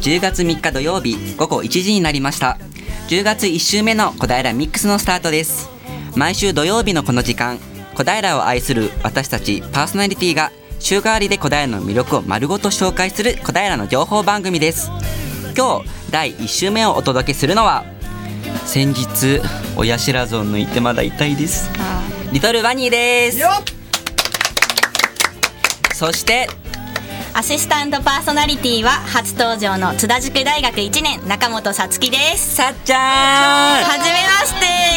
10月3日土曜日午後1時になりました。10月1週目の小平ミックスのスタートです。毎週土曜日のこの時間、小平を愛する私たちパーソナリティが週替わりで小平の魅力を丸ごと紹介する小平の情報番組です。今日第1週目をお届けするのは、先日親知らずを抜いてまだ痛いです、リトルバニーです。そしてアシスタントパーソナリティは初登場の津田塾大学1年中本さつきです。 さっちゃん、 はじめまして、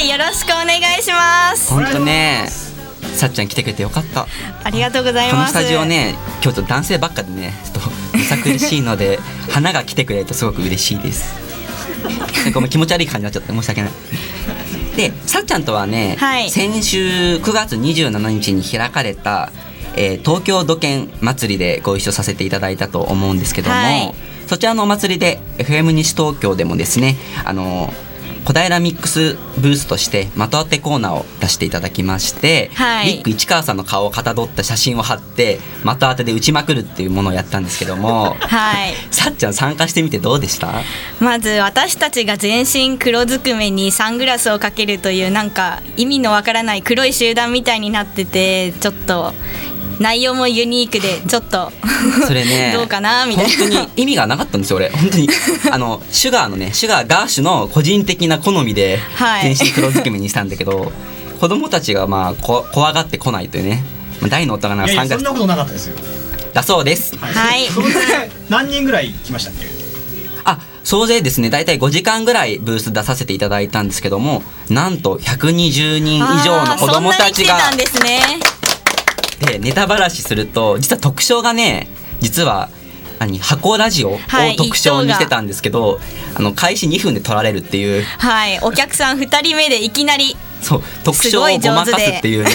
よろしくお願いします。 ほんとね、さっちゃん来てくれてよかった。 ありがとうございます。 このスタジオね、今日ちょっと男性ばっかでね、ちょっとむさ苦しいので花が来てくれるとすごく嬉しいです。ごめん、気持ち悪い感じになっちゃって申し訳ない。で、さっちゃんとはね、先週9月27日に開かれた、東京土建祭りでご一緒させていただいたと思うんですけども、そちらのお祭りで FM 西東京でもですね、小平ミックスブースとして的当てコーナーを出していただきまして、リック市川さんの顔をかたどった写真を貼って的当てで打ちまくるっていうものをやったんですけども、さっちゃん参加してみてどうでした？ まず私たちが全身黒ずくめにサングラスをかけるという、なんか意味のわからない黒い集団みたいになってて、ちょっと内容もユニークでちょっとそれ、ね、どうかなみたいな。 本当に意味がなかったんですよ俺。本当にシュガーガーシュの個人的な好みで全身黒ずくめにしたんだけど、子供たちがまあ怖がってこないというね、大の大人が参加。いやいや、そんなことなかったですよ。 だそうです。 はい。 総勢何人ぐらい来ましたっけ？ 総勢ですね、だいたい5時間ぐらいブース出させていただいたんですけども、なんと120人以上の子供たちが。 そんなに来てたんですね。 で、ネタばらしすると、実は特賞がね、実は箱ラジオを特賞にしてたんですけど、開始2分で取られるっていう、 お客さん2人目でいきなりそう特賞をごまかすっていうね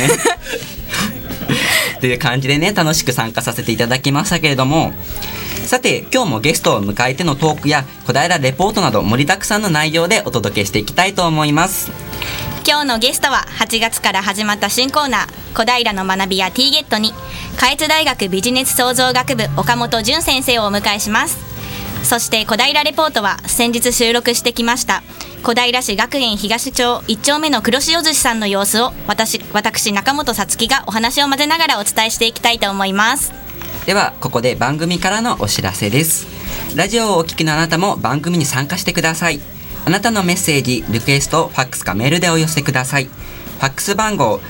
っていう感じでね、楽しく参加させていただきましたけれども、さて今日もゲストを迎えてのトークや小平レポートなど盛りだくさんの内容でお届けしていきたいと思います。 今日のゲストは8月から始まった新コーナー、小平の学びや T ゲットに下越大学ビジネス創造学部岡本淳先生をお迎えします。そして小平レポートは先日収録してきました小平市学園東町1丁目の黒潮寿司さんの様子を私中本さつきがお話を混ぜながらお伝えしていきたいと思います。 ではここで番組からのお知らせです。ラジオをお聞きのあなたも番組に参加してください。あなたのメッセージ、リクエストをファックスかメールでお寄せください。ファックス番号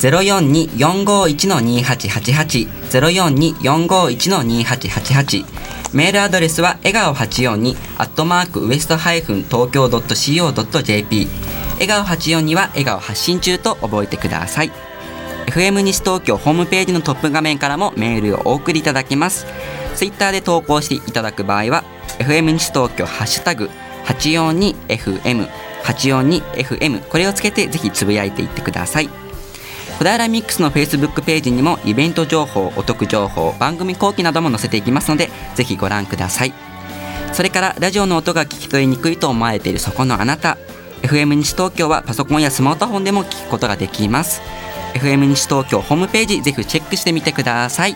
042-451-2888 042-451-2888、 メールアドレスは笑顔842@west-東京.co.jp、 笑顔842は笑顔発信中と覚えてください。 FM 西東京ホームページのトップ画面からもメールをお送りいただけます。ツイッターで投稿していただく場合は FM 西東京ハッシュタグ842FM 842FM、 これをつけてぜひつぶやいていってください。小平ミックスの Facebook ページにもイベント情報、お得情報、番組後期なども載せていきますので、ぜひご覧ください。それからラジオの音が聞き取りにくいと思われているそこのあなた、 FM 西東京はパソコンやスマートフォンでも聞くことができます。 FM 西東京ホームページぜひチェックしてみてください。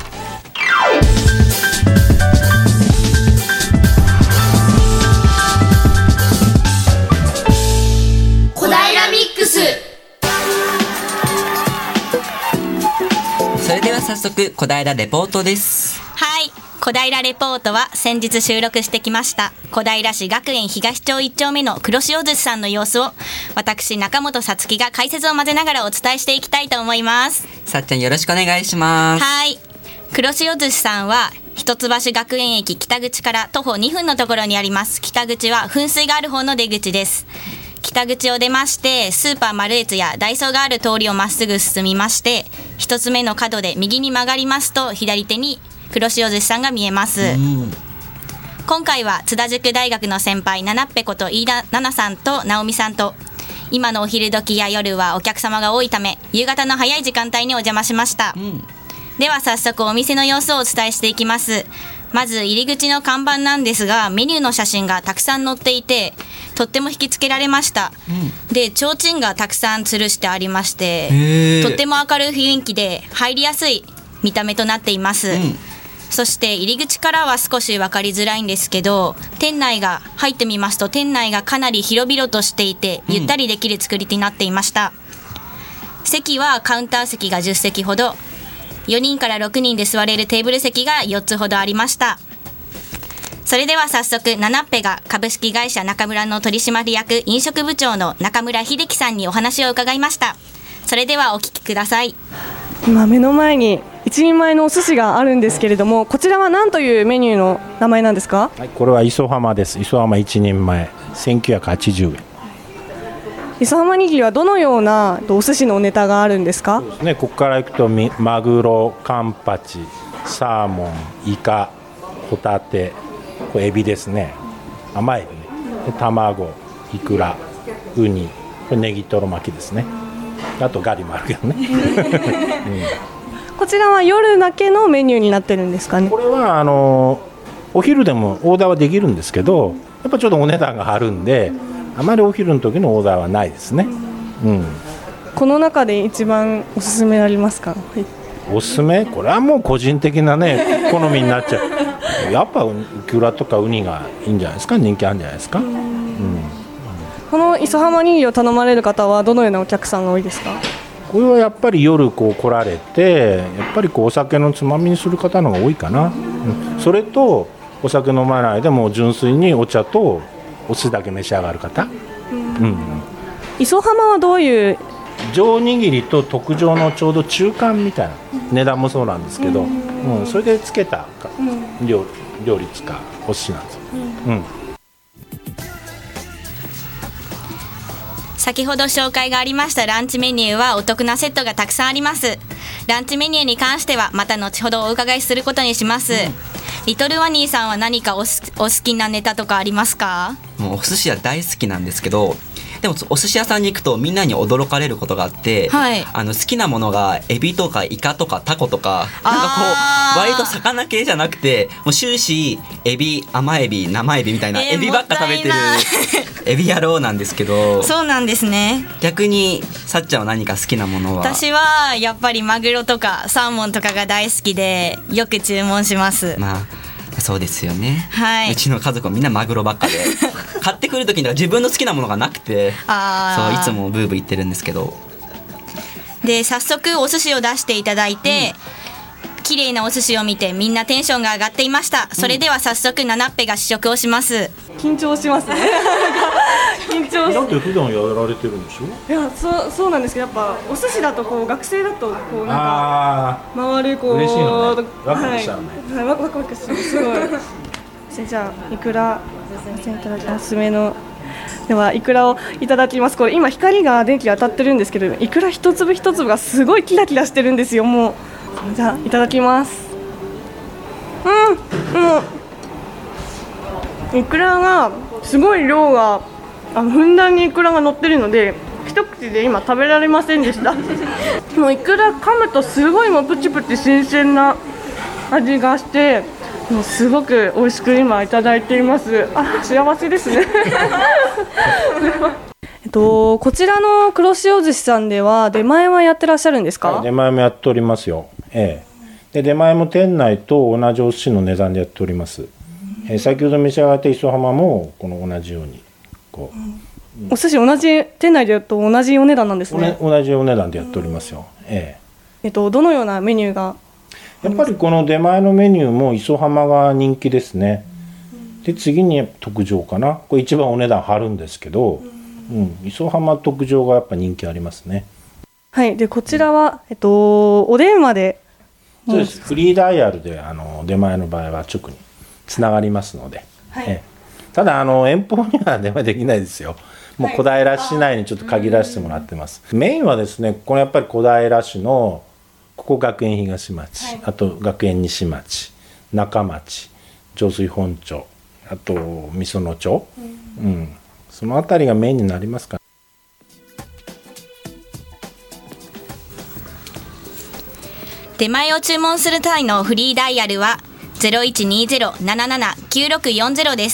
それでは早速小平レポートです。 はい、小平レポートは先日収録してきました小平市学園東町1丁目の黒潮寿司さんの様子を私中本さつきが解説を混ぜながらお伝えしていきたいと思います。 さっちゃんよろしくお願いします。 はい、黒潮寿司さんは一橋学園駅北口から徒歩2分のところにあります。北口は噴水がある方の出口です。北口を出ましてスーパーマルエツやダイソーがある通りをまっすぐ進みまして、一つ目の角で右に曲がりますと左手に黒潮寿司さんが見えます。今回は津田塾大学の先輩ななっぺこと飯田奈々さんと直美さんと、今のお昼時や夜はお客様が多いため夕方の早い時間帯にお邪魔しました。では早速お店の様子をお伝えしていきます。まず入り口の看板なんですが、メニューの写真がたくさん載っていてとっても引きつけられました。で、提灯がたくさん吊るしてありまして、とっても明るい雰囲気で入りやすい見た目となっています。 そして入り口からは少し分かりづらいんですけど、店内が入ってみますと店内がかなり広々としていてゆったりできる作りになっていました。席はカウンター席が10席ほど、4人から6人で座れるテーブル席が4つほどありました。それでは早速ナナッペが株式会社中村の取締役飲食部長の中村秀樹さんにお話を伺いました。それではお聞きください。 今目の前に一人前のお寿司があるんですけれども、こちらは何というメニューの名前なんですか？ はい、これは磯浜です。磯浜一人前1980円。 磯浜握りはどのようなお寿司のネタがあるんですか？ そうですね、ここからいくとマグロ、カンパチ、サーモン、イカ、ホタテ、これエビですね、甘エビね、で卵、イクラ、ウニ、これネギトロ巻きですね。あとガリもあるけどね、 こちらは夜だけのメニューになってるんですかね？ これはお昼でもオーダーはできるんですけど、やっぱちょっとお値段が張るんで、あまりお昼の時のオーダーはないですね。 この中で一番おすすめありますか？ おすすめ、これはもう個人的なね好みになっちゃう。やっぱイクラとかウニがいいんじゃないですか、人気あるんじゃないですか。 この磯浜握りを頼まれる方はどのようなお客さんが多いですか？ これはやっぱり夜こう来られて、やっぱりこうお酒のつまみにする方の方が多いかな。それとお酒飲まないでも純粋にお茶とお寿司だけ召し上がる方。 磯浜はどういう上握りと特上のちょうど中間みたいな値段もそうなんですけど、それでつけた料理つかお寿司なんですよ。 先ほど紹介がありましたランチメニューはお得なセットがたくさんあります。ランチメニューに関してはまた後ほどお伺いすることにします。リトルワニーさんは何かお好きなネタとかありますか？ もうお寿司は大好きなんですけど、でもお寿司屋さんに行くとみんなに驚かれることがあって、好きなものがエビとかイカとかタコとか、なんかこう割と魚系じゃなくて、もう終始エビ、甘エビ、生エビみたいな、エビばっか食べてるエビ野郎なんですけど。 そうなんですね。 逆にさっちゃんは何か好きなものは？ 私はやっぱりマグロとかサーモンとかが大好きでよく注文します。 そうですよね、 はい、 うちの家族もみんなマグロばっかで買ってくる時には自分の好きなものがなくて、そういつもブーブー言ってるんですけど。 で早速お寿司を出していただいて、綺麗なお寿司を見てみんなテンションが上がっていました。それでは早速ナナッペが試食をします。 緊張しますね緊張だって普段やられてるんでしょ？ いや、そうなんですけど、やっぱお寿司だとこう学生だとこうなんか回るこう嬉しいのね、ワクワクしちゃうね。 はい、ワクワクします。すごいじゃあいくらいただきますめの。ではイクラをいただきます。これ今光が電気が当たってるんですけど、イクラ一粒一粒がすごいキラキラしてるんですよ。もうじゃあいただきます。イクラがすごい量がふんだんにイクラが乗ってるので一口で今食べられませんでしたもうイクラ噛むとすごいもうプチプチ新鮮な味がして、もうすごく美味しく今いただいています。幸せですねこちらの黒潮寿司さんでは出前はやってらっしゃるんですか？ はい、出前もやっておりますよ。で出前も店内と同じお寿司の値段でやっております。先ほど召し上がった磯浜もこの同じようにこう、 お寿司同じ店内でやると同じお値段なんですね。 同じお値段でやっておりますよ。 どのようなメニューが？ やっぱりこの出前のメニューも磯浜が人気ですね。で次に特上かな、これ一番お値段張るんですけど、磯浜特上がやっぱ人気ありますね。 はい。でこちらは、お電話で。 そうです。フリーダイヤルで出前の場合は直につながりますので、ただ遠方には出前できないですよ。もう小平市内にちょっと限らせてもらってます。メインはですね、これやっぱり小平市のここ学園東町、あと学園西町、中町、上水本町、あと美園町、その辺りがメインになりますか。 出前を注文する際のフリーダイヤルは 0120-77-9640 です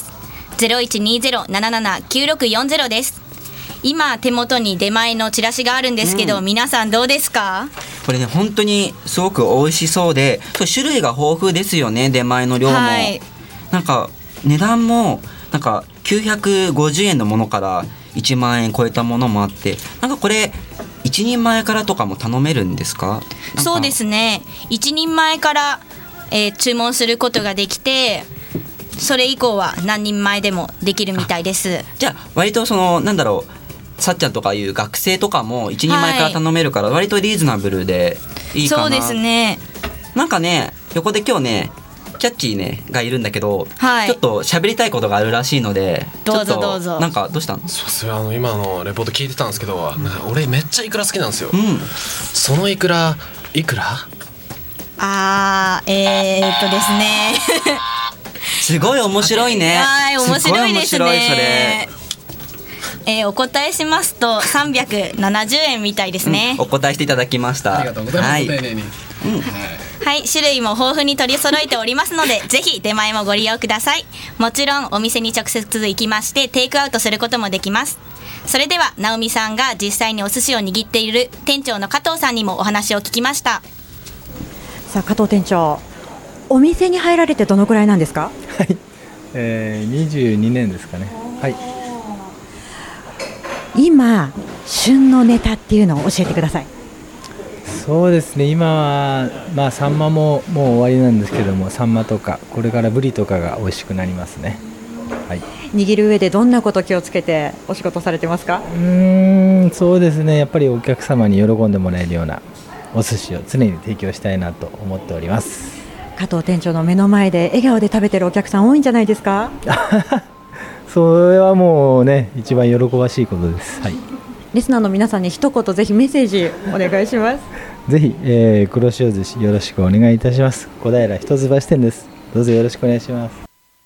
。0120-77-9640 です。今手元に出前のチラシがあるんですけど、皆さんどうですか？ これね本当にすごく美味しそうで、種類が豊富ですよね。出前の量も、はい、なんか値段もなんか950円のものから1万円超えたものもあって、なんかこれ1人前からとかも頼めるんですか？ そうですね、1人前から、注文することができて、それ以降は何人前でもできるみたいです。 じゃあ割となんだろう、さっちゃんとかいう学生とかも1人前から頼めるから割とリーズナブルでいいかな。 そうですね。 なんかね、横で今日ねキャッチーねがいるんだけど、はい、ちょっと喋りたいことがあるらしいので、 どうぞどうぞ。 なんかどうしたの？ そうですよ、今のレポート聞いてたんですけど、俺めっちゃイクラ好きなんですよ、そのイクラいくら？ ですねすごい面白いね。 はい、面白いですね。お答えしますと370円みたいですね、 お答えしていただきました。 ありがとうございます、はい、丁寧に、 はい、種類も豊富に取り揃えておりますのでぜひ出前もご利用ください。もちろんお店に直接行きましてテイクアウトすることもできます。それでは直美さんが実際にお寿司を握っている店長の加藤さんにもお話を聞きました。 さあ加藤店長、お店に入られてどのくらいなんですか？ はい、22年ですかね。はい。 今旬のネタっていうのを教えてください。 そうですね、今はサンマももう終わりなんですけども、サンマとかこれからブリとかが美味しくなりますね。はい。 握る上でどんなこと気をつけてお仕事されてますか？ そうですね、やっぱりお客様に喜んでもらえるようなお寿司を常に提供したいなと思っております。 加藤店長の目の前で笑顔で食べてるお客さん多いんじゃないですか？ それはもうね、一番喜ばしいことです。はい。 リスナーの皆さんに一言ぜひメッセージお願いします。 ぜひ、黒潮寿司よろしくお願いいたします。小平一橋店です。どうぞよろしくお願いします。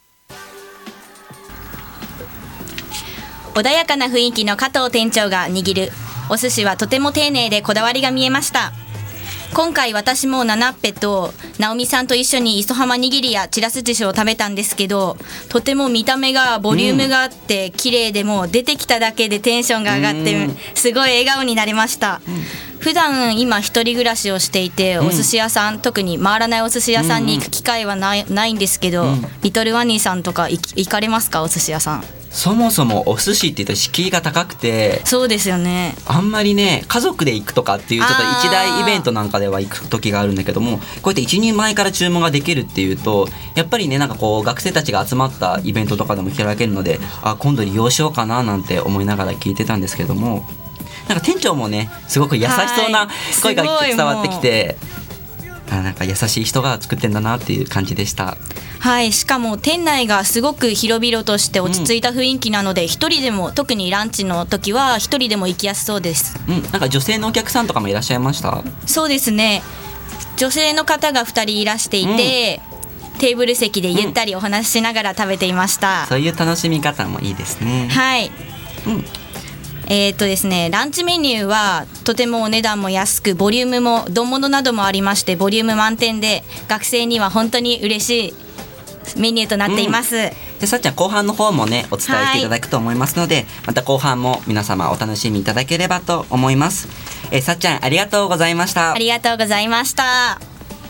穏やかな雰囲気の加藤店長が握るお寿司はとても丁寧でこだわりが見えました。今回私もナナッペと直美さんと一緒に磯浜握りやちらす寿司を食べたんですけど、とても見た目がボリュームがあって綺麗で、もう出てきただけでテンションが上がってすごい笑顔になりました。普段今一人暮らしをしていて、お寿司屋さん、特に回らないお寿司屋さんに行く機会はないんですけど、リトルワニーさんとか行かれますか？お寿司屋さん。 そもそもお寿司って言うと敷居が高くて、 そうですよね、 あんまりね家族で行くとかっていうちょっと一大イベントなんかでは行く時があるんだけども、こうやって1人前から注文ができるっていうとやっぱりね、なんかこう学生たちが集まったイベントとかでも開けるので、今度利用しようかななんて思いながら聞いてたんですけども、なんか店長もねすごく優しそうな声が伝わってきて、なんか優しい人が作ってんだなっていう感じでした。 はい、しかも店内がすごく広々として落ち着いた雰囲気なので、一人でも、特にランチの時は一人でも行きやすそうです。 なんか女性のお客さんとかもいらっしゃいました？ そうですね、女性の方が2人いらしていて、テーブル席でゆったりお話ししながら食べていました。 そういう楽しみ方もいいですね。 はい、ですね、ランチメニューはとてもお値段も安く、ボリュームも丼物などもありましてボリューム満点で、学生には本当に嬉しいメニューとなっています。 でさっちゃん後半の方もねお伝えしていただくと思いますので、また後半も皆様お楽しみいただければと思います。さっちゃんありがとうございました。 ありがとうございました。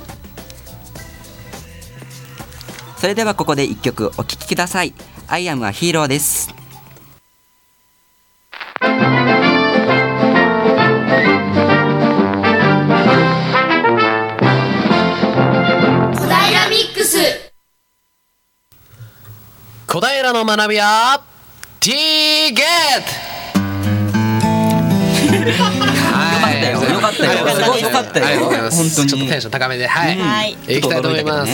それではここで一曲お聴きください。I am a hero です。 小平の学びや T ゲッよかったよ、すごいよかったよ、本当にちょっとテンション高めで、はい、行きたいと思います。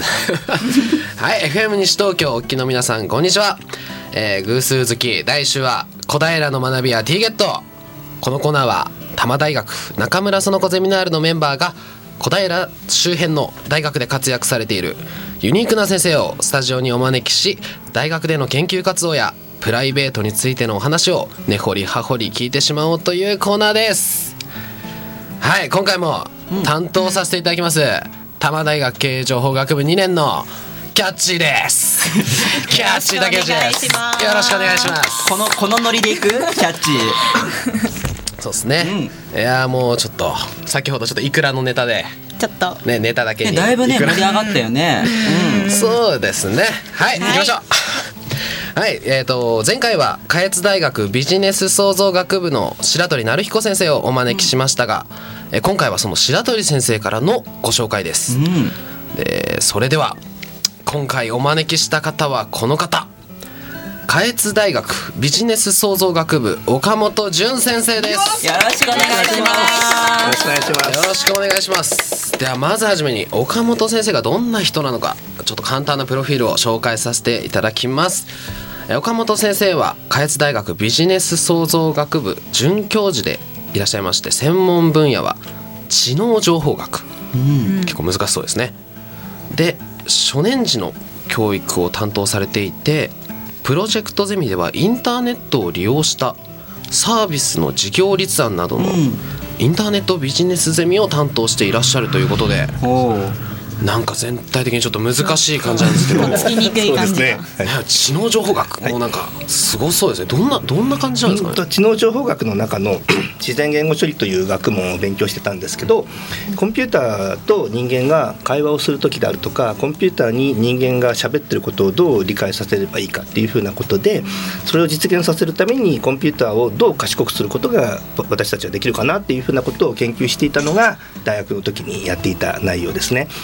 はい、FM 西東京お聞きの皆さんこんにちは。偶数月第1週は小平の学びや T ゲット。このコーナーは多摩大学中村園子ゼミナールのメンバーが小平周辺の大学で活躍されているユニークな先生をスタジオにお招きし、大学での研究活動やプライベートについてのお話を根掘り葉掘り聞いてしまおうというコーナーです。はい、今回も担当させていただきます、多摩大学経営情報学部2年のキャッチーですキャッチーだけです。よろしくお願いします。 このノリでいくキャッチーそうですね、いやもうちょっと先ほどちょっとイクラのネタでちょっとね、ネタだけにだいぶね盛り上がったよね。 そうですね。はい、行きましょう。はい、前回は下越大学ビジネス創造学部の白鳥成彦先生をお招きしましたが、今回はその白鳥先生からのご紹介です。でそれでは今回お招きした方はこの方、下越大学ビジネス創造学部岡本淳先生です。 よろしくお願いします。 よろしくお願いします。ではまずはじめに岡本先生がどんな人なのか、ちょっと簡単なプロフィールを紹介させていただきます。岡本先生は下越大学ビジネス創造学部准教授でいらっしゃいまして、専門分野は知能情報学、結構難しそうですね。で初年次の教育を担当されていて、プロジェクトゼミではインターネットを利用したサービスの事業立案などのインターネットビジネスゼミを担当していらっしゃるということで、なんか全体的にちょっと難しい感じなんですけどつきにくい感じが、 知能情報学もうなんかすごそうですね。どんな感じなんですかね。 知能情報学の中の自然言語処理という学問を勉強してたんですけど、コンピューターと人間が会話をする時であるとか、コンピューターに人間が喋ってることをどう理解させればいいかっていうふうなことで、それを実現させるためにコンピューターをどう賢くすることが私たちはできるかなっていうふうなことを研究していたのが大学の時にやっていた内容ですね。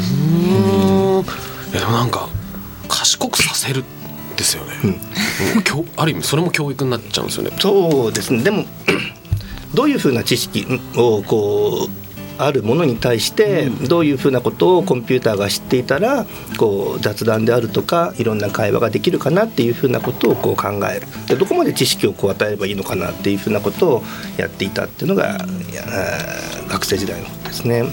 でもなんか賢くさせるですよね、ある意味それも教育になっちゃうんですよね。 そうですね。でもどういうふうな知識をこうあるものに対してどういうふうなことをコンピューターが知っていたらこう雑談であるとかいろんな会話ができるかなっていうふうなことをこう考える。でどこまで知識をこう与えればいいのかなっていうふうなことをやっていたっていうのが学生時代のことですね。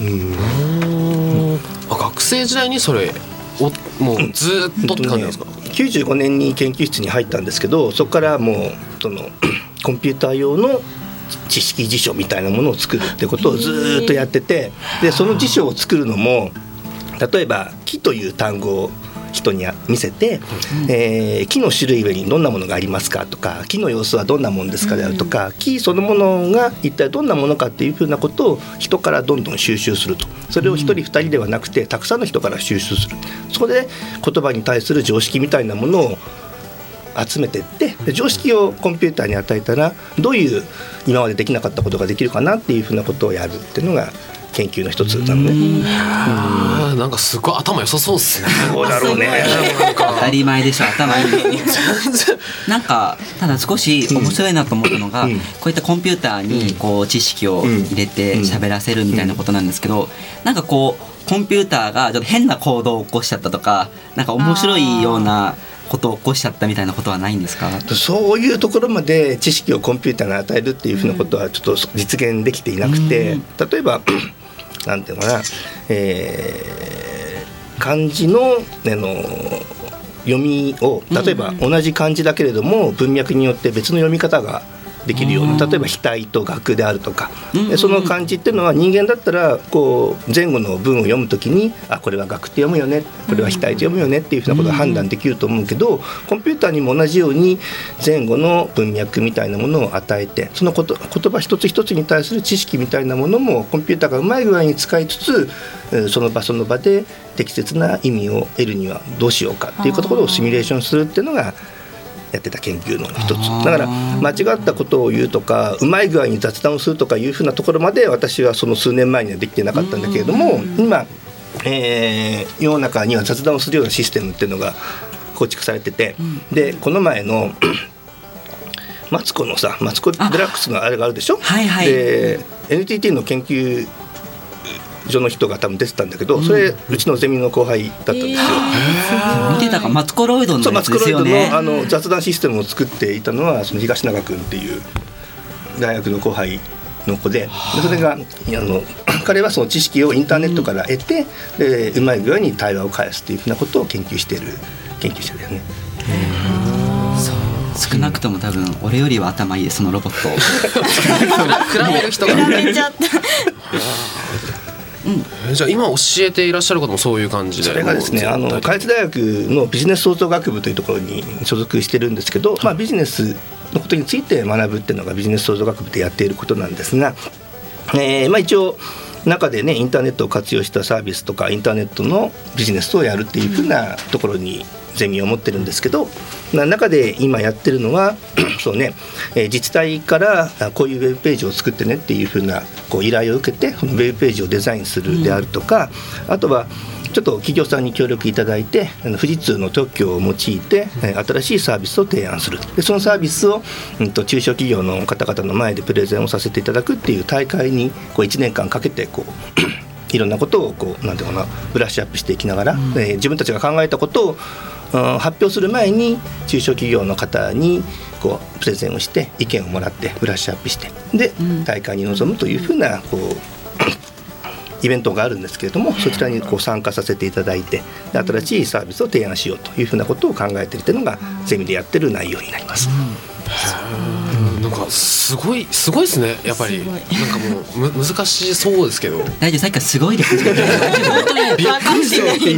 学生時代にそれをもうずっとって感じなんですか。 95年に研究室に入ったんですけど、そこからもうそのコンピューター用の知識辞書みたいなものを作るってことをずっとやってて、でその辞書を作るのも例えば木という単語を人に見せて、木の種類上にどんなものがありますかとか、木の様子はどんなものですかであるとか、木そのものが一体どんなものかっていうふうなことを人からどんどん収集すると。それを一人二人ではなくてたくさんの人から収集する。そこで言葉に対する常識みたいなものを集めていって、常識をコンピューターに与えたらどういう今までできなかったことができるかなっていうふうなことをやるっていうのが研究の一つなのね。 なんかすごい頭良さそうですね。 そうだろうね。 当たり前でしょ、頭いい。なんかただ少し面白いなと思ったのが、こういったコンピューターにこう知識を入れて喋らせるみたいなことなんですけど、なんかこうコンピューターがちょっと変な行動を起こしちゃったとか、なんか面白いようなことを起こしちゃったみたいなことはないんですか。 そういうところまで知識をコンピューターに与えるっていうふうなことはちょっと実現できていなくて、例えばなんていうのかな、漢字の読みを例えば同じ漢字だけれども文脈によって別の読み方ができるような、例えば額と学であるとか、その漢字っていうのは人間だったらこう前後の文を読むときにこれは学って読むよね、これは額と読むよねっていうふうなことが判断できると思うけど、コンピューターにも同じように前後の文脈みたいなものを与えて、その言葉一つ一つに対する知識みたいなものもコンピューターがうまい具合に使いつつ、その場その場で適切な意味を得るにはどうしようかっていうところをシミュレーションするっていうのがやってた研究の一つだから、間違ったことを言うとかうまい具合に雑談をするとかいうふうなところまで私はその数年前にはできてなかったんだけれども、今、世の中には雑談をするようなシステムっていうのが構築されてて、でこの前のマツコのさ、マツコ・デラックスのあれがあるでしょ、で NTT の研究所の人が多分出てたんだけど、それうちのゼミの後輩だったんですよ。 見てたか、マツコロイドのやつですよね。 マツコロイドの雑談システムを作っていたのはその東永君っていう大学の後輩の子で、それが彼はその知識をインターネットから得て、でうまい具合に対話を返すっていうふうなことを研究してる研究者だよね。 少なくとも多分俺よりは頭いいそのロボットを比べる人が比べちゃったじゃあ今教えていらっしゃることもそういう感じで。 それがですね、下越大学のビジネス創造学部というところに所属してるんですけど、ビジネスのことについて学ぶっていうのがビジネス創造学部でやっていることなんですが、一応中でねインターネットを活用したサービスとかインターネットのビジネスをやるっていうふうなところにゼミを持ってるんですけど、中で今やってるのはそうね、自治体からこういうウェブページを作ってねっていうふうな依頼を受けてそのウェブページをデザインするであるとか、あとはちょっと企業さんに協力いただいて富士通の特許を用いて新しいサービスを提案する。でそのサービスを、中小企業の方々の前でプレゼンをさせていただくっていう大会に1年間かけていろんなことをなんていうかなブラッシュアップしていきながら、自分たちが考えたことを発表する前に中小企業の方にプレゼンをして意見をもらってブラッシュアップしてで大会に臨むというふうなイベントがあるんですけれども、そちらに参加させていただいて新しいサービスを提案しようというふうなことを考えているというのがゼミでやってる内容になります。 なんかすごいですね。やっぱりなんかもう難しそうですけど。 大丈夫、さっきからすごいですね。本当にびっくり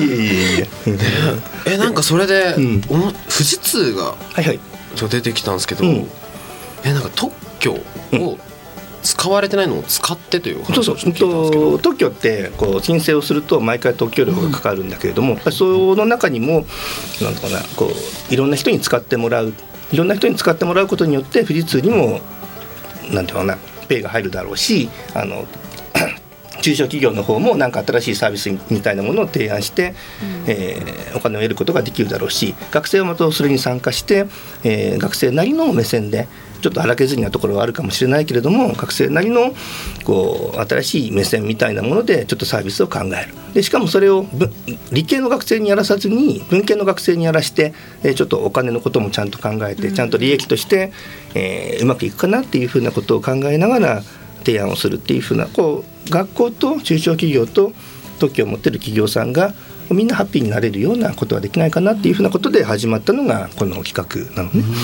してなんかそれで、富士通が出てきたんですけど、なんか特許を使われてないのを使ってという話を聞いたんですけど、 特許って申請をすると毎回特許料がかかるんだけれども、その中にもなんかないろんな人に使ってもらうことによって富士通にもなんていうかなペイが入るだろうし、中小企業の方もなんか新しいサービスみたいなものを提案して、お金を得ることができるだろうし、学生はまたそれに参加して、学生なりの目線でちょっと荒削りなところはあるかもしれないけれども、学生なりの新しい目線みたいなものでちょっとサービスを考える。でしかもそれを理系の学生にやらさずに文系の学生にやらして、ちょっとお金のこともちゃんと考えて、ちゃんと利益として、うまくいくかなっていうふうなことを考えながら提案をするっていうふうな学校と中小企業と特許を持っている企業さんがみんなハッピーになれるようなことはできないかなっていうふうなことで始まったのがこの企画なのね。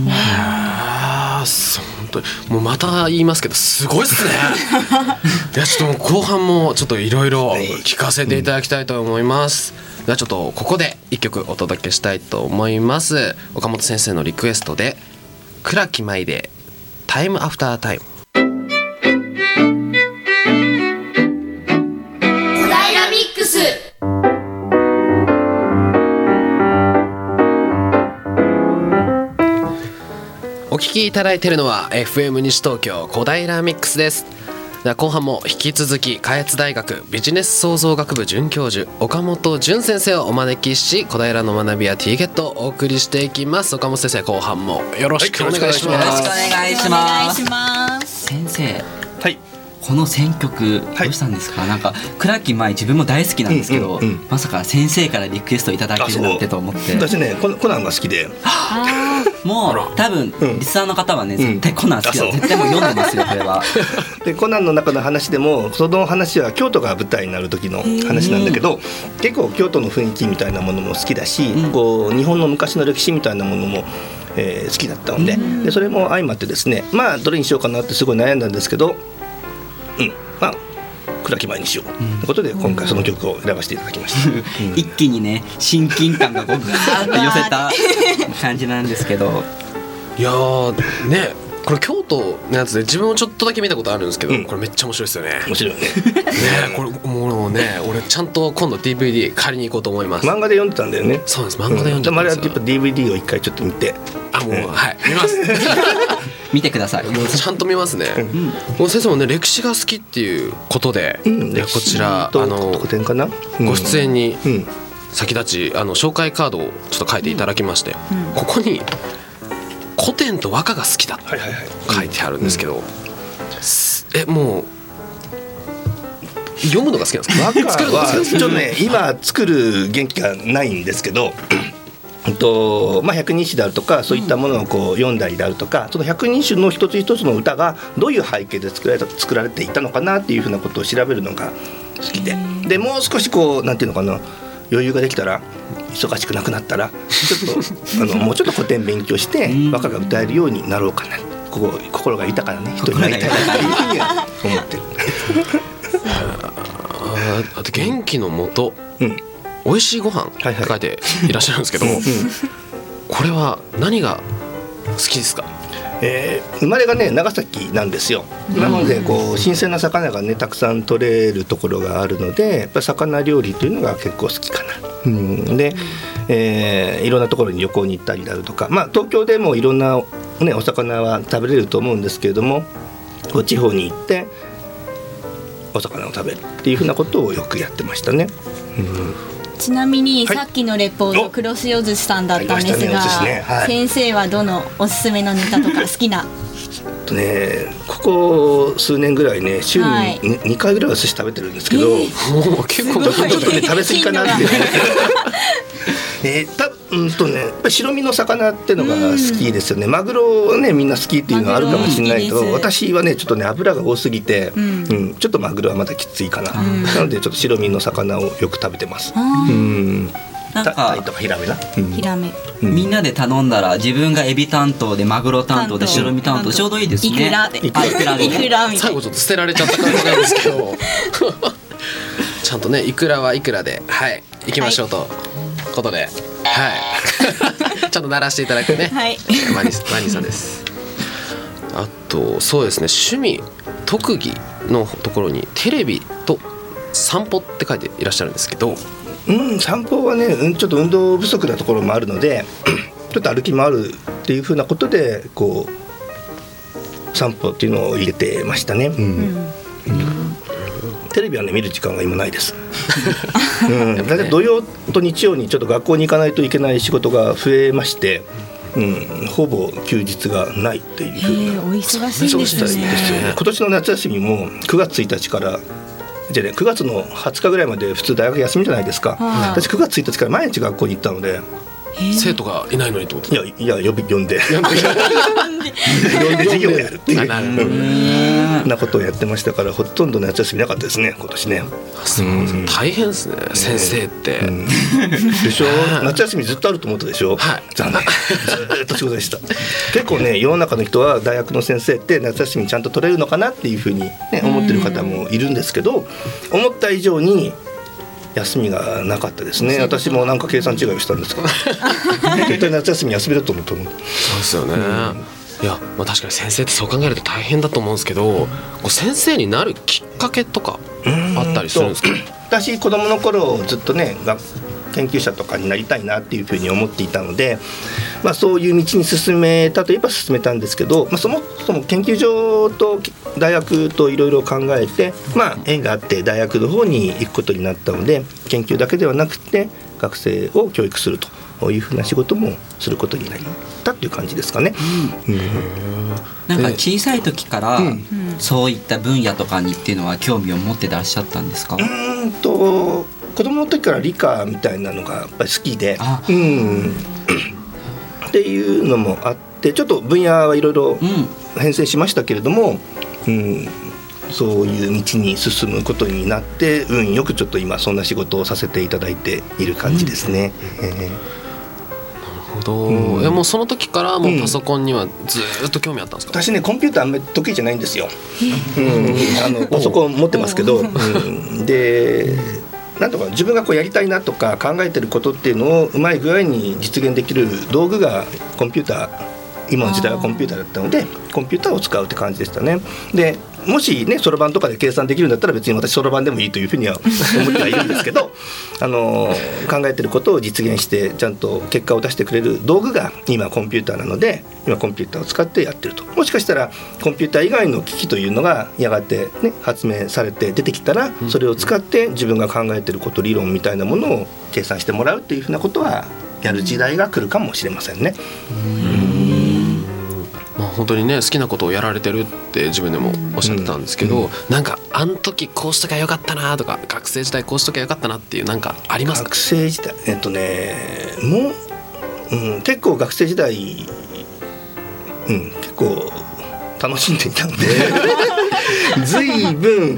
本当にもうまた言いますけどすごいですね。いやちょっと後半もちょっといろいろ聞かせていただきたいと思います。ではちょっとここで一曲お届けしたいと思います。岡本先生のリクエストで倉木舞でタイムアフタータイム。 小平ミックス。 お聞きいただいているのは FM 西東京小平ミックスです。では後半も引き続き下越大学ビジネス創造学部准教授岡本淳先生をお招きし、小平の学びや T ゲットをお送りしていきます。岡本先生、後半もよろしくお願いします。 よろしくお願いします。先生、この選曲どうしたんですか？なんか倉木舞自分も大好きなんですけど、まさか先生からリクエストいただけるなんてと思って。 私ねコナンが好きでもう多分リスナーの方はね、絶対コナン好きだ、絶対もう読んでますよこれは。 でコナンの中の話でもその話は京都が舞台になる時の話なんだけど、結構京都の雰囲気みたいなものも好きだし、日本の昔の歴史みたいなものも好きだったので、それも相まってですね、どれにしようかなってすごい悩んだんですけど、倉木舞にしようということで今回その曲を選ばせていただきました。 一気にね親近感がガーッと寄せた感じなんですけど、 いやねこれ京都のやつで自分もちょっとだけ見たことあるんですけど、これめっちゃ面白いですよね。 面白いね。 これもうね俺ちゃんと今度 DVD 借りに行こうと思います。 漫画で読んでたんだよね。 そうです、漫画で読んでたんですよ。 あれはやっぱ DVD を一回ちょっと見て、 見ます見てください。 ちゃんと見ますね。もう先生もね歴史が好きっていうことで、こちら古典かな、 ご出演に先立ち紹介カードをちょっと書いていただきまして、ここに古典と和歌が好きだと書いてあるんですけど、もう読むのが好きなんですか？ 和歌はちょっとね今作る元気がないんですけど、百人一首であるとかそういったものを読んだりであるとか、その百人一首の一つ一つの歌がどういう背景で作られていたのかなっていうふうなことを調べるのが好きで、もう少しなんていうのかな、余裕ができたら、忙しくなくなったらちょっともうちょっと古典勉強して和歌が歌えるようになろうかな、心が豊かなね人になりたいなっていうふうには思ってる。 あと元気のもと、美味しいご飯って書いていらっしゃるんですけど、これは何が好きですか？ 生まれがね長崎なんですよ。なのでこう新鮮な魚がねたくさん取れるところがあるので、やっぱ魚料理というのが結構好きかな。で、いろんなところに旅行に行ったりだとか、東京でもいろんな、ね、お魚は食べれると思うんですけれども、こう地方に行ってお魚を食べるっていうふうなことをよくやってましたね。 ちなみにさっきのレポート、黒潮寿司さんだったんですが、先生はどのおすすめのネタとか好きなここ数年ぐらいね週に2回ぐらいは寿司食べてるんですけど、 結構ちょっとね食べ過ぎかなってやっぱり白身の魚ってのが好きですよね。マグロはねみんな好きっていうのはあるかもしれないけど、私はねちょっとね油が多すぎて、ちょっとマグロはまだきついかな、なのでちょっと白身の魚をよく食べてます。 なんかタイとかヒラメな、 ヒラメ、 みんなで頼んだら自分がエビ担当でマグロ担当で白身担当でちょうどいいですね。 イクラでイクラみたいな、 最後ちょっと捨てられちゃった感じなんですけどちゃんとねイクラはイクラで行きましょうとことで、ちゃんと鳴らしていただくね、マニさんです。あとそうですね、趣味特技のところにテレビと散歩って書いていらっしゃるんですけど、 散歩はねちょっと運動不足なところもあるのでちょっと歩き回るっていう風なことでこう散歩っていうのを入れてましたね。テレビはね見る時間が今ないですだいたい土曜と日曜にちょっと学校に行かないといけない仕事が増えまして、ほぼ休日がないっていう風なお忙しいですね。 今年の夏休みも9月1日から9月の20日ぐらいまで普通大学休みじゃないですか。私9月1日から毎日学校に行ったので、 生徒がいないのにってこと？ いや呼んで授業をやるっていうなことをやってましたから、ほとんど夏休みなかったですね今年ね。 大変ですね先生って、 でしょ。夏休みずっとあると思ったでしょ。残念、ずっと仕事でした。結構ね世の中の人は大学の先生って夏休みちゃんと取れるのかなっていうふうに、思ってる方もいるんですけど、思った以上に休みがなかったですね。私もなんか計算違いをしたんですけど絶対夏休み休みだと思ったの。 そうですよね、いや、確かに先生ってそう考えると大変だと思うんですけど、先生になるきっかけとかあったりするんですか？ 私子供の頃ずっとね研究者とかになりたいなっていうふうに思っていたので、そういう道に進めたといえば進めたんですけど、そもそも研究所と大学といろいろ考えて、縁があって大学の方に行くことになったので、研究だけではなくて学生を教育するというふうな仕事もすることになったっていう感じですかね。 なんか小さい時からそういった分野とかにっていうのは興味を持ってらっしゃったんですか？ 子供の時から理科みたいなのがやっぱり好きで、っていうのもあって、ちょっと分野はいろいろ変遷しましたけれども、そういう道に進むことになって、よくちょっと今そんな仕事をさせていただいている感じですね。 なるほど。もうその時からもうパソコンにはずっと興味あったんですか？ 私ねコンピューターあんまり得意じゃないんですよ。パソコン持ってますけど、でなんとか自分がこうやりたいなとか考えてることっていうのをうまい具合に実現できる道具がコンピューター、今の時代はコンピューターだったのでコンピューターを使うって感じでしたね。でもしねそろばんとかで計算できるんだったら別に私そろばんでもいいというふうには思ってはいるんですけど考えてることを実現してちゃんと結果を出してくれる道具が今コンピューターなので、今コンピューターを使ってやってると。もしかしたらコンピューター以外の機器というのがやがて、発明されて出てきたら、それを使って自分が考えてること理論みたいなものを計算してもらうっていうふうなことはやる時代が来るかもしれませんね。 本当にね好きなことをやられてるって自分でもおっしゃってたんですけど、なんかあの時こうしときゃよかったなとか、学生時代こうしときゃよかったなっていうなんかありますか？ 学生時代もう、結構学生時代、結構楽しんでいたので随分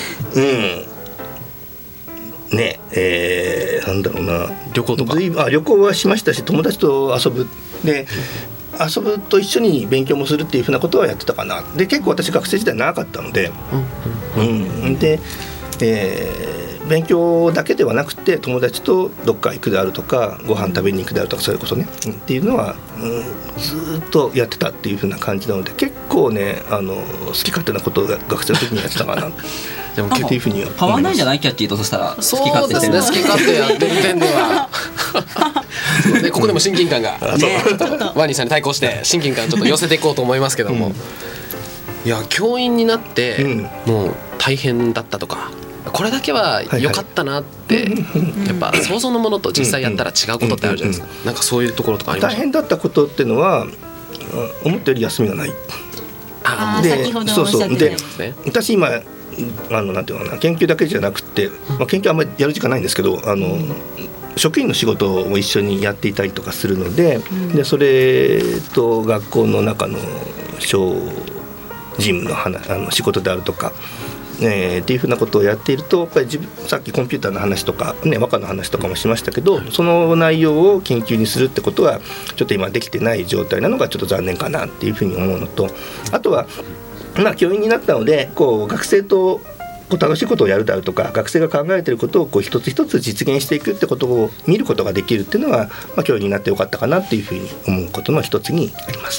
なんだろうな、 旅行とか旅行はしましたし、友達と遊ぶで遊ぶと一緒に勉強もするっていうふうなことはやってたかな。で結構私学生時代長かったので、で、 勉強だけではなくて友達とどっか行くであるとかご飯食べに行くであるとかそういうことね、っていうのは、ずっとやってたっていう風な感じなので結構ね好き勝手なことを学生の時にやってたかなでもっていうふうに変わんないんじゃないキャッチーとそしたら好き勝手してるそうですね、好き勝手やってる点ではそうね、ここでも親近感が、ワニさんに対抗して親近感ちょっと寄せていこうと思いますけども、いや教員になって、もう大変だったとかこれだけは良かったなって、やっぱ想像のものと実際やったら違うことってあるじゃないですか。なんかそういうところとかありました？ 大変だったことっていうのは思ったより休みがない。 先ほどおっしゃってたやつで私今なんていうのかな、研究だけじゃなくて、研究あんまりやる時間ないんですけど職員の仕事を一緒にやっていたりとかするので、でそれと学校の中の小事務の仕事であるとか、っていうふうなことをやっているとやっぱりさっきコンピューターの話とか、和歌の話とかもしましたけど、その内容を研究にするってことはちょっと今できてない状態なのがちょっと残念かなっていうふうに思うのと、あとは教員になったので学生と楽しいことをやるであるとか学生が考えていることを一つ一つ実現していくってことを見ることができるっていうのは、教員になってよかったかなっていうふうに思うことの一つにあります。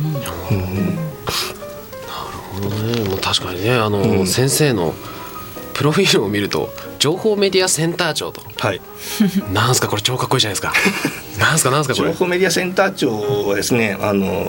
もう確かにね先生のプロフィールを見ると情報メディアセンター長と、なんすかこれ超かっこいいじゃないですかなんすかこれ情報メディアセンター長はですね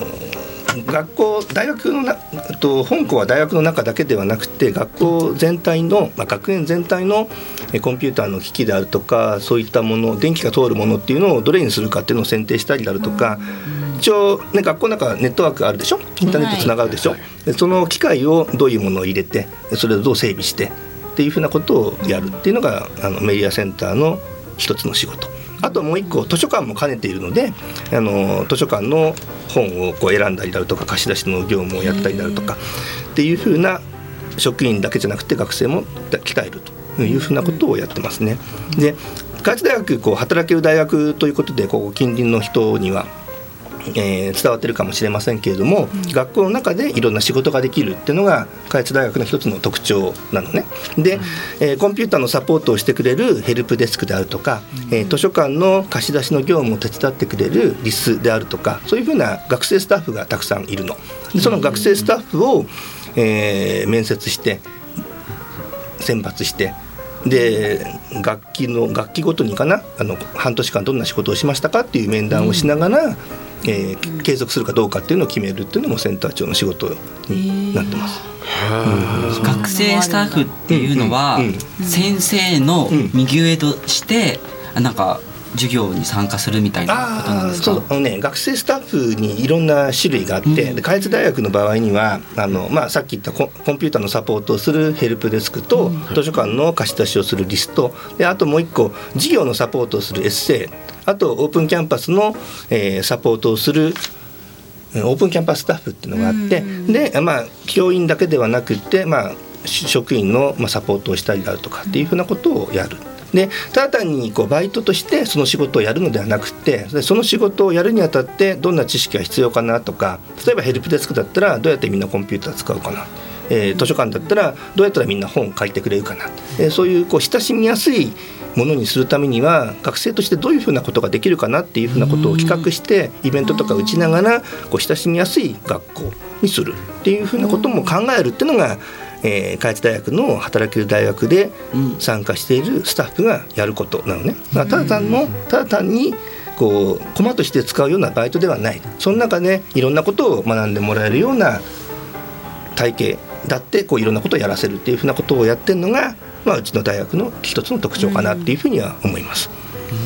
大学の本校は大学の中だけではなくて学校全体の、学園全体のコンピューターの機器であるとかそういったもの電気が通るものっていうのをどれにするかっていうのを選定したりであるとか、一応、学校の中ネットワークあるでしょ、インターネットつながるでしょ、でその機械をどういうものを入れてそれをどう整備してっていうふうなことをやるっていうのがメディアセンターの一つの仕事。あともう一個図書館も兼ねているので図書館の本を選んだりだとか貸し出しの業務をやったりだとかっていうふうな職員だけじゃなくて学生も鍛えるというふうなことをやってますね。で開発大学働ける大学ということで近隣の人には伝わってるかもしれませんけれども、学校の中でいろんな仕事ができるっていうのが開発大学の一つの特徴なのね。で、コンピューターのサポートをしてくれるヘルプデスクであるとか、図書館の貸し出しの業務を手伝ってくれるリスであるとか、そういうふうな学生スタッフがたくさんいるので、その学生スタッフを、面接して選抜してで学期ごとに半年間どんな仕事をしましたかっていう面談をしながら、継続するかどうかっていうのを決めるっていうのもセンター長の仕事になってます。 学生スタッフっていうのは先生の右上として授業に参加するみたいなことなんですか？ 学生スタッフにいろんな種類があって、で開発大学の場合にはさっき言ったコンピューターのサポートをするヘルプデスクと、図書館の貸し出しをするリストで、あともう一個授業のサポートをするエッセイ、あとオープンキャンパスの、サポートをするオープンキャンパススタッフっていうのがあって、で教員だけではなくて、職員のサポートをしたりだとかっていうふうなことをやる。でただ単にバイトとしてその仕事をやるのではなくて、その仕事をやるにあたってどんな知識が必要かなとか、例えばヘルプデスクだったらどうやってみんなコンピューター使うかな、図書館だったらどうやったらみんな本書いてくれるかな、そういう親しみやすいものにするためには学生としてどういうふうなことができるかなっていうふうなことを企画してイベントとか打ちながら親しみやすい学校にするっていうふうなことも考えるっていうのが開発大学の働ける大学で参加しているスタッフがやることなのね。ただ単に駒として使うようなバイトではない。その中でいろんなことを学んでもらえるような体系だっていろんなことをやらせるっていうふうなことをやってるのが、うちの大学の一つの特徴かなっていうふうには思います。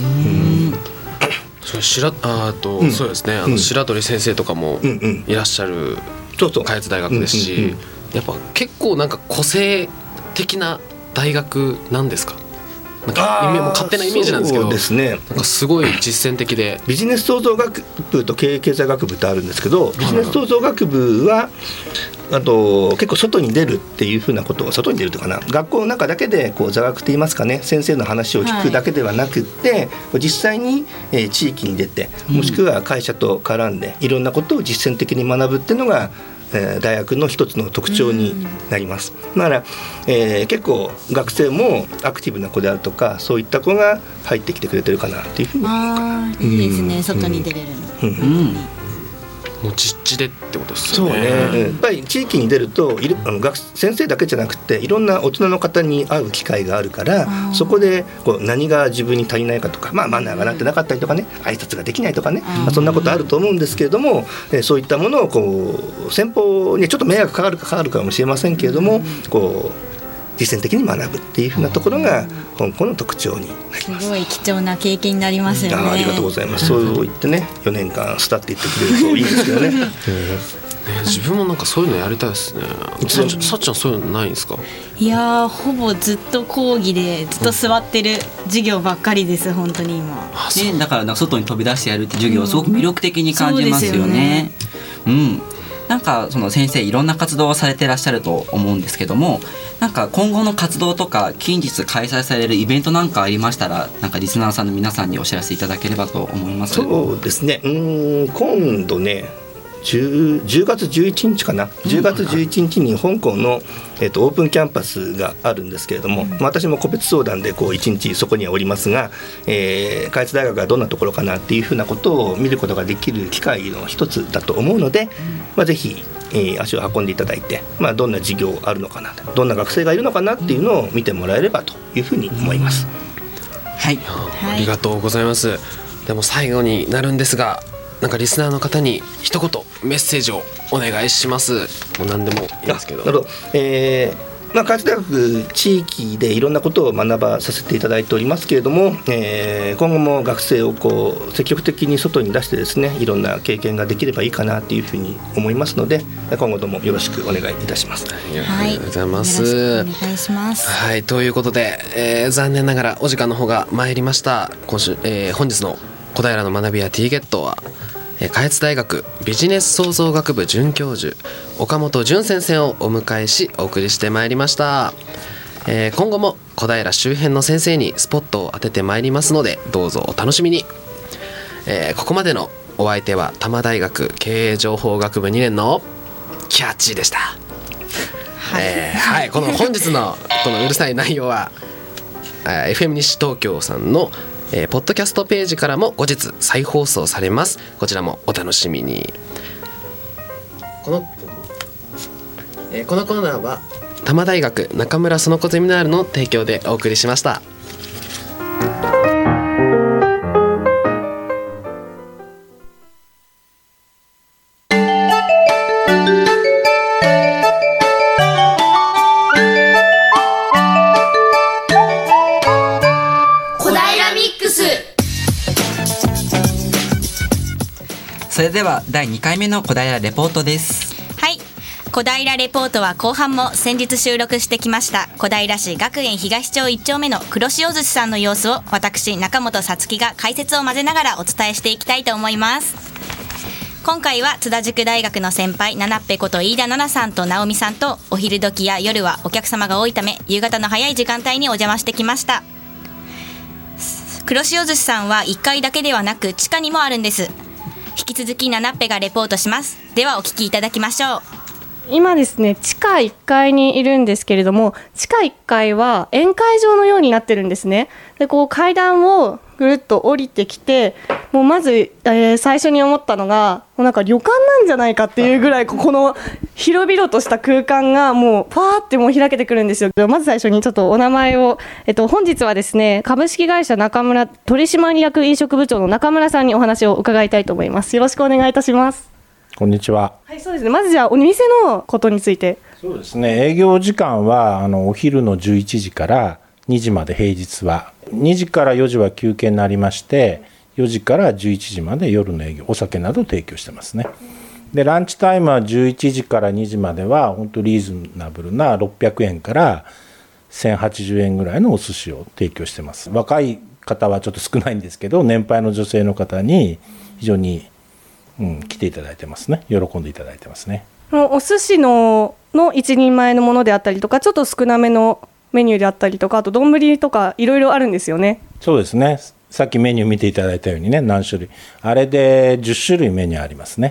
そうですね、白鳥先生とかもいらっしゃる開発大学ですし、やっぱ結構個性的な大学なんですか？もう勝手なイメージなんですけど、 そうですね、 すごい実践的で、 ビジネス創造学部と経営経済学部ってあるんですけど、ビジネス創造学部は結構外に出るっていうふうなことを、外に出るというかな、学校の中だけで座学といいますかね、先生の話を聞くだけではなくって、実際に地域に出て、もしくは会社と絡んでいろんなことを実践的に学ぶっていうのが大学の一つの特徴になります。だから、結構学生もアクティブな子であるとかそういった子が入ってきてくれてるかなというふうに思います。 いいですね、外に出れるの。 もう実地でってことですよね。 そうね、やっぱり地域に出ると先生だけじゃなくていろんな大人の方に会う機会があるからそこでこう何が自分に足りないかとか、マナーがなってなかったりとかね挨拶ができないとかね、そんなことあると思うんですけれども、そういったものをこう先方にちょっと迷惑かかるかもしれませんけれどもこう実践的に学ぶっていうふうなところが香港の特徴になります。 すごい貴重な経験になりますよね。 ありがとうございます。そう言ってね4年間スタって言ってくれるといいですけどね。 自分もなんかそういうのやりたいですね。さっちゃんそういうのないんですか？ いやほぼずっと講義でずっと座ってる授業ばっかりです本当に今、 ね、だから外に飛び出してやるって授業はすごく魅力的に感じますよね。なんかその先生いろんな活動をされてらっしゃると思うんですけども、なんか今後の活動とか近日開催されるイベントなんかありましたらなんかリスナーさんの皆さんにお知らせいただければと思います。 そうですね、今度ね10月11日かな、10月11日に香港の、オープンキャンパスがあるんですけれども、私も個別相談でこう1日そこにはおりますが、開発大学がどんなところかなっていうふうなことを見ることができる機会の一つだと思うので、ぜひ、足を運んでいただいて、どんな授業あるのかな、どんな学生がいるのかなっていうのを見てもらえればというふうに思います。 はい、 ありがとうございます。でも最後になるんですが、なんかリスナーの方に一言メッセージをお願いします。もう何でもいいですけど。 なるほど。開発大学地域でいろんなことを学ばさせていただいておりますけれども、今後も学生をこう積極的に外に出してですね、いろんな経験ができればいいかなというふうに思いますので、今後ともよろしくお願いいたします。 ありがとうございます。 よろしくお願いします。 はい、ということで、残念ながらお時間の方が参りました。本日の小平の学びや T ゲットは開発大学ビジネス創造学部准教授岡本淳先生をお迎えしお送りしてまいりました。今後も小平周辺の先生にスポットを当ててまいりますのでどうぞお楽しみに。ここまでのお相手は多摩大学経営情報学部2年のキャッチーでした。はい、この本日のこのうるさい内容はFM 西東京さんのポッドキャストページからも後日再放送されます。こちらもお楽しみに。このコーナーは多摩大学中村園子ゼミナールの提供でお送りしました。 それでは第2回目の小平レポートです。 はい、小平レポートは後半も先日収録してきました小平市学園東町1丁目の黒潮寿司さんの様子を私中本さつきが解説を混ぜながらお伝えしていきたいと思います。今回は津田塾大学の先輩ななっぺこと飯田奈々さんと直美さんとお昼時や夜はお客様が多いため夕方の早い時間帯にお邪魔してきました。黒潮寿司さんは1階だけではなく地下にもあるんです。引き続きななっぺがレポートします。ではお聞きいただきましょう。 今ですね地下1階にいるんですけれども、地下1階は宴会場のようになってるんですね。でこう階段をぐるっと降りてきて、もうまず、最初に思ったのがもうなんか旅館なんじゃないかっていうぐらいこの広々とした空間がもうパーってもう開けてくるんですよ。まず最初にちょっとお名前を、本日はですね株式会社中村取締役飲食部長の中村さんにお話を伺いたいと思います。よろしくお願いいたします。 こんにちは。 はい、そうですね。まずじゃあお店のことについて。 そうですね、営業時間はお昼の11時から2時まで、平日は2時から4時は休憩になりまして、4時から11時まで夜の営業、お酒など提供してますね。でランチタイムは11時から2時までは本当リーズナブルな600円から1080円ぐらいのお寿司を提供してます。若い方はちょっと少ないんですけど、年配の女性の方に非常に来ていただいてますね。喜んでいただいてますね。 お寿司の一人前のものであったりとか、ちょっと少なめのメニューであったりとか、あと丼とかいろいろあるんですよね。 そうですね、さっきメニュー見ていただいたようにね、何種類あれで10種類メニューありますね。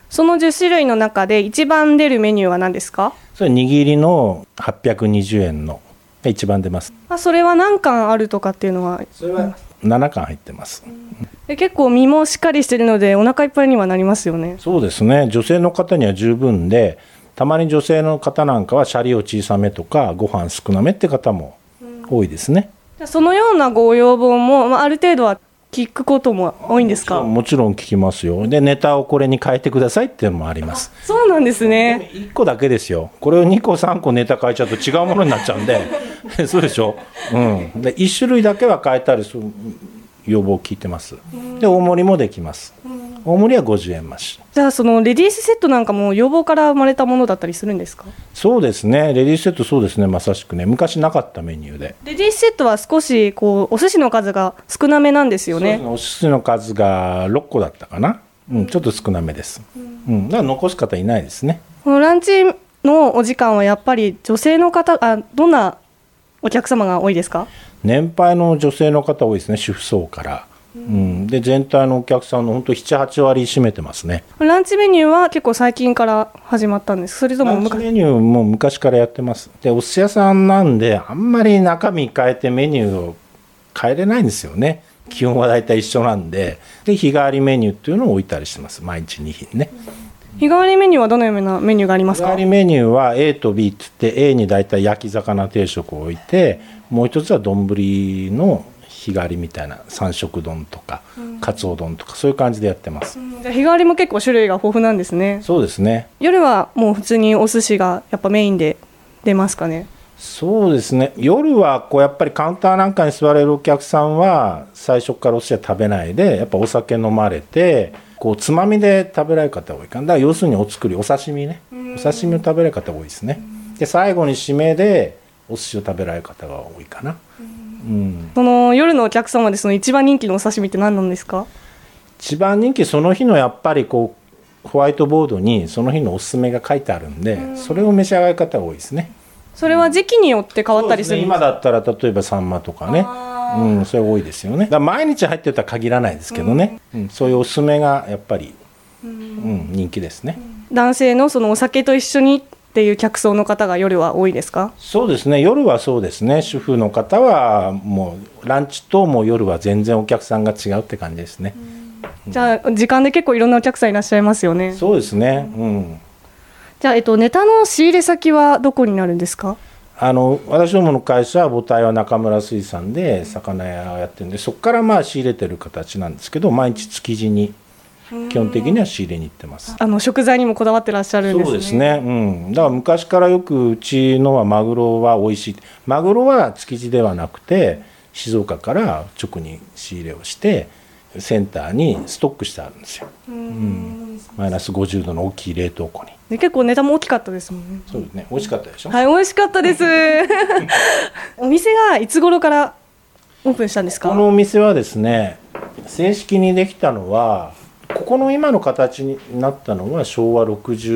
その10種類の中で一番出るメニューは何ですか？ それ握りの820円のが一番出ます。 それは何貫あるとかっていうのは？ それは7貫入ってます。 結構身もしっかりしてるのでお腹いっぱいにはなりますよね。 そうですね、女性の方には十分で、たまに女性の方なんかはシャリを小さめとかご飯少なめって方も多いですね。 そのようなご要望も、ある程度は聞くことも多いんですか？ もちろん聞きますよ。でネタをこれに変えてくださいっていうのもあります。 そうなんですね。 1個だけですよ。これを2個3個ネタ変えちゃうと違うものになっちゃうんでそうでしょ、で1種類だけは変えたりする要望を聞いてます。で大盛りもできます。大盛りは50円増し。 じゃあそのレディースセットなんかも要望から生まれたものだったりするんですか？ そうですね、レディースセット、そうですね、まさしくね、昔なかったメニューで。 レディースセットは少しこうお寿司の数が少なめなんですよね。 そうですね、お寿司の数が6個だったかな、ちょっと少なめです、だから残す方いないですね。 このランチのお時間はやっぱり女性の方、どんなお客様が多いですか？ 年配の女性の方多いですね、主婦層から、で全体のお客さんの本当 7,8 割占めてますね。 ランチメニューは結構最近から始まったんです？それともランチメニューも昔からやってます。でお寿司屋さんなんであんまり中身変えてメニューを変えれないんですよね。基本はだいたい一緒なんで、日替わりメニューっていうのを置いたりしてます。毎日2品ね。 日替わりメニューはどのようなメニューがありますか？ 日替わりメニューは A と B って言って A にだいたい焼き魚定食を置いて、もう一つは丼の日替わりみたいな三色丼とかカツオ丼とかそういう感じでやってます。 じゃあ日替わりも結構種類が豊富なんですね。 そうですね。 夜はもう普通にお寿司がやっぱメインで出ますかね？ そうですね、夜はこうやっぱりカウンターなんかに座れるお客さんは最初からお寿司は食べないで、やっぱお酒飲まれてこうつまみで食べられる方が多いから、だから要するにお作りお刺身ね、お刺身を食べられる方が多いですね。で最後に締めでお寿司を食べられる方が多いかな。 その夜のお客様でその一番人気のお刺身って何なんですか？ 一番人気その日のやっぱりこうホワイトボードにその日のおすすめが書いてあるんで、それを召し上がる方が多いですね。 それは時期によって変わったりするんですか？ 今だったら例えばサンマとかね、それ多いですよね。だから毎日入ってるとは限らないですけどね、そういうおすすめがやっぱり、人気ですね。 男性のそのお酒と一緒にっていう客層の方が夜は多いですか？ そうですね、夜はそうですね。主婦の方はもうランチともう夜は全然お客さんが違うって感じですね。 じゃあ時間で結構いろんなお客さんいらっしゃいますよね。 そうですね、 じゃあ、ネタの仕入れ先はどこになるんですか？ 私どもの会社は母体は中村水産で魚屋をやってるんで、そこからまあ仕入れてる形なんですけど、毎日築地に基本的には仕入れに行ってます。 食材にもこだわってらっしゃるんですね。 そうですね、だから昔からよくうちのはマグロは美味しい、マグロは築地ではなくて静岡から直に仕入れをしてセンターにストックしてあるんですよ。マイナス50度の大きい冷凍庫に。 で結構ネタも大きかったですもんね。 そうですね、美味しかったでしょ。 はい、美味しかったですお店がいつ頃からオープンしたんですか？ このお店はですね、正式にできたのはここの今の形になったのは昭和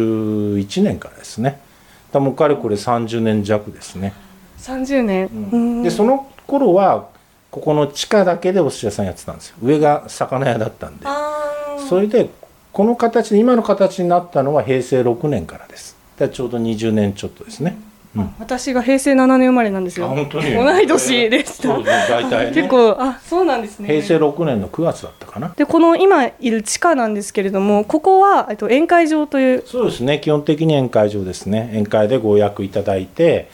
61年からですね。もうかれこれ30年弱ですね。 30年、 でその頃はここの地下だけでお寿司屋さんやってたんですよ。上が魚屋だったんで。それでこの形で今の形になったのは平成6年からです。だからちょうど20年ちょっとですね。 私が平成7年生まれなんですよ。 本当に同い年でした。 そうですね、大体ね。 結構そうなんですね。 平成6年の9月だったかな。 でこの今いる地下なんですけれども、ここは宴会場という。 そうですね、基本的に宴会場ですね。宴会でご予約いただいて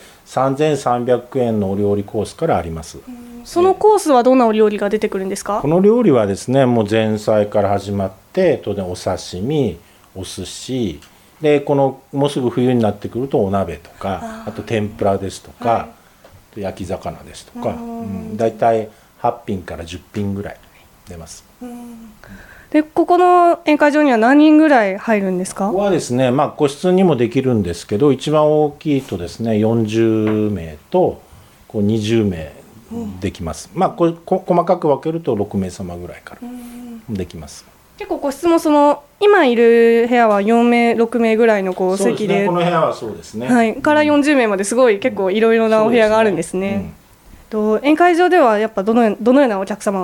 3300円のお料理コースからあります。 そのコースはどんなお料理が出てくるんですか？ この料理はですね、もう前菜から始まって当然お刺身、お寿司で、もうすぐ冬になってくるとお鍋とか、あと天ぷらですとか、焼き魚ですとか、だいたい8品から10品ぐらい出ます。 でここの宴会場には何人ぐらい入るんですか？ ここはですね、個室にもできるんですけど、一番大きいとですね40名と20名できます。細かく分けると6名様ぐらいからできます。 結構個室も今いる部屋は4名6名ぐらいの席で、 この部屋はそうですね、 から40名まですごい結構いろいろなお部屋があるんですね。宴会場ではやっぱどのようなお客様が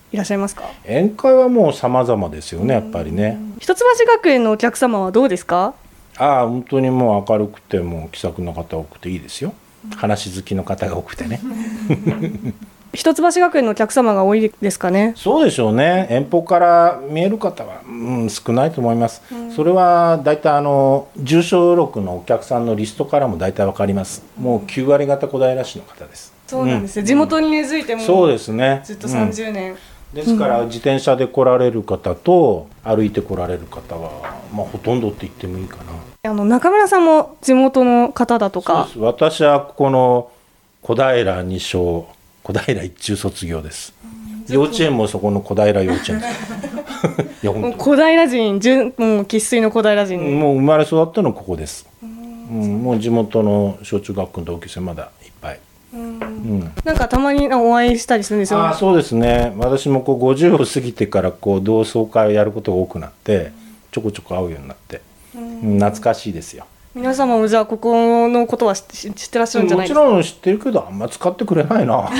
いらっしゃいますか？ 宴会はもう様々ですよね、やっぱりね。 一橋学園のお客様はどうですか？ 本当にもう明るくてもう気さくな方多くていいですよ。話好きの方が多くてね。 一橋学園のお客様が多いですかね？ そうでしょうね。遠方から見える方は、少ないと思います。それはだいたい住所録のお客さんのリストからもだいたいわかります。もう9割方小平市の方です。 そうなんですよ、地元に根付いてもそうですね、 ずっと30年、 ですから自転車で来られる方と歩いて来られる方は、ほとんどって言ってもいいかな。 中村さんも地元の方だとか？ そうです。私はここの小平二小小平一中卒業です。幼稚園もそこの小平幼稚園ですいやもう小平人、もう生粋の小平人、 もう生まれ育ったのここです。もう地元の小中学校の同級生まだいっぱい。 なんかたまにお会いしたりするんですよ。 そうですね。私も50を過ぎてから同窓会をやることが多くなってちょこちょこ会うようになって、懐かしいですよ。 皆様もじゃあここのことは知ってらっしゃるんじゃないですか？ もちろん知ってるけどあんま使ってくれないなこ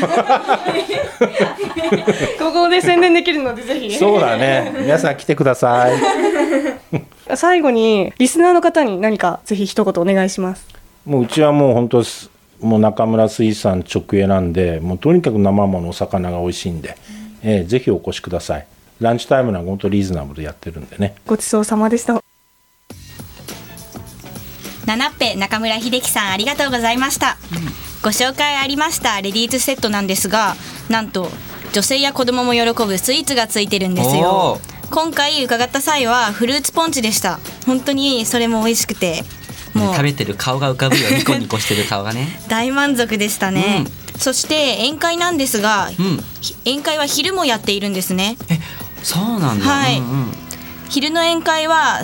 こで宣伝できるのでぜひそうだね、皆さん来てください最後にリスナーの方に何かぜひ一言お願いします。 もううちはもう本当もう中村水産直営なんで、もうとにかく生ものお魚が美味しいんで、ぜひお越しください。ランチタイムなんか本当リーズナブルでやってるんでね。 ごちそうさまでした。 七っぺ中村秀樹さんありがとうございました、ご紹介ありましたレディースセットなんですが、なんと女性や子供も喜ぶスイーツがついてるんですよ。今回伺った際はフルーツポンチでした。本当にそれも美味しくて、もう食べてる顔が浮かぶよ、ニコニコしてる顔がね大満足でしたね、そして宴会なんですが、宴会は昼もやっているんですね。 そうなんだ。 はい、昼の宴会は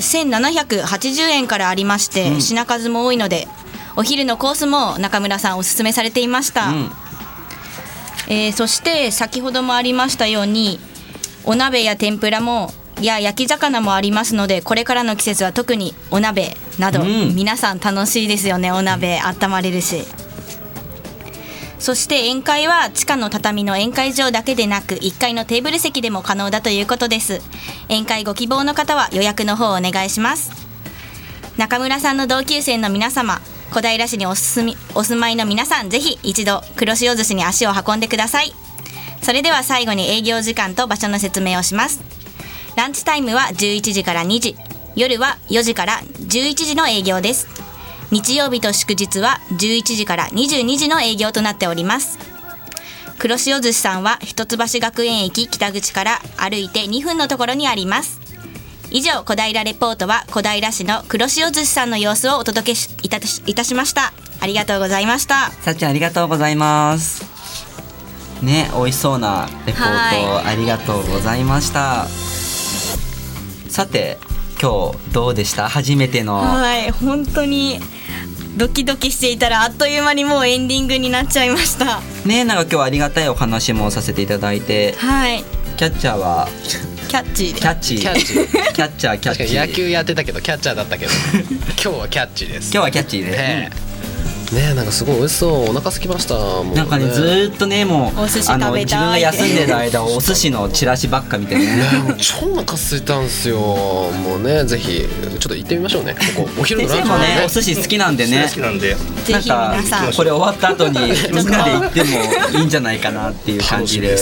1780円からありまして、品数も多いのでお昼のコースも中村さんおすすめされていました、そして先ほどもありましたようにお鍋や天ぷらもや焼き魚もありますので、これからの季節は特にお鍋など、皆さん楽しいですよね。お鍋温まれるし、そして宴会は地下の畳の宴会場だけでなく1階のテーブル席でも可能だということです。宴会ご希望の方は予約の方をお願いします。中村さんの同級生の皆様、小平市にお住まいの皆さん、ぜひ一度黒潮寿司に足を運んでください。それでは最後に営業時間と場所の説明をします。ランチタイムは11時から2時、夜は4時から11時の営業です。日曜日と祝日は11時から22時の営業となっております。黒潮寿司さんは一橋学園駅北口から歩いて2分のところにあります。以上、小平レポートは小平市の黒潮寿司さんの様子をお届けいたしました。ありがとうございました。 さっちゃんありがとうございますね。美味しそうなレポートありがとうございました。さて今日どうでした？初めての。 本当にドキドキしていたらあっという間にもうエンディングになっちゃいましたね。なんか今日はありがたいお話もさせていただいて、キャッチャーはキャッチーキャッチャー確かに野球やってたけどキャッチャーだったけど今日はキャッチです。 今日はキャッチーですね。なんかすごい美味しそう。お腹空きました。もうなんかね、ずーっとね、もうお寿司食べたい自分が休んでる間お寿司のチラシばっか見てね超お腹空いたんですよ。もうね、ぜひちょっと行ってみましょうね。ここお昼のランチもね、お寿司好きなんでね。 好きなんで、 ぜひ皆さんこれ終わった後にみんなで行ってもいいんじゃないかなっていう感じで。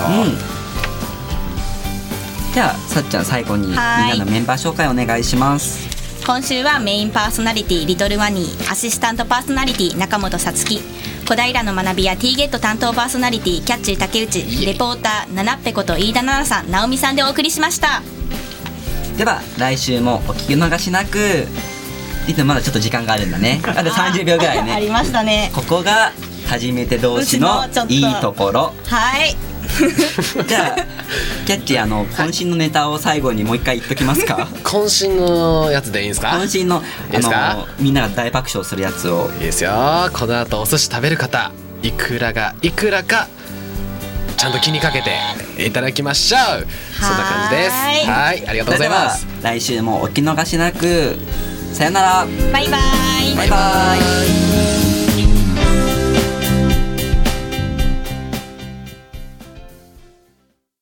じゃあさっちゃん、最後にみんなのメンバー紹介お願いします。 今週はメインパーソナリティリトルワニー、アシスタントパーソナリティ中本さつき、小平の学びや T ゲット担当パーソナリティキャッチー竹内、レポーター七っぺこと飯田奈々さん、直美さんでお送りしました。 では来週もお聞き逃しなく。いつもまだちょっと時間があるんだね。あと30秒ぐらいねありましたね。 ここが初めて同士のいいところ。 はいじゃあキャッチ今週のネタを最後にもう一回言っときますか。 渾身のやつでいいんですか？ 渾身のみんなが大爆笑するやつを。 いいですよ。この後お寿司食べる方、いくらがいくらかちゃんと気にかけていただきましょう。そんな感じです。はい、ありがとうございます。 来週もお聞き逃しなく。さよなら。 バイバイ。 バイバイ。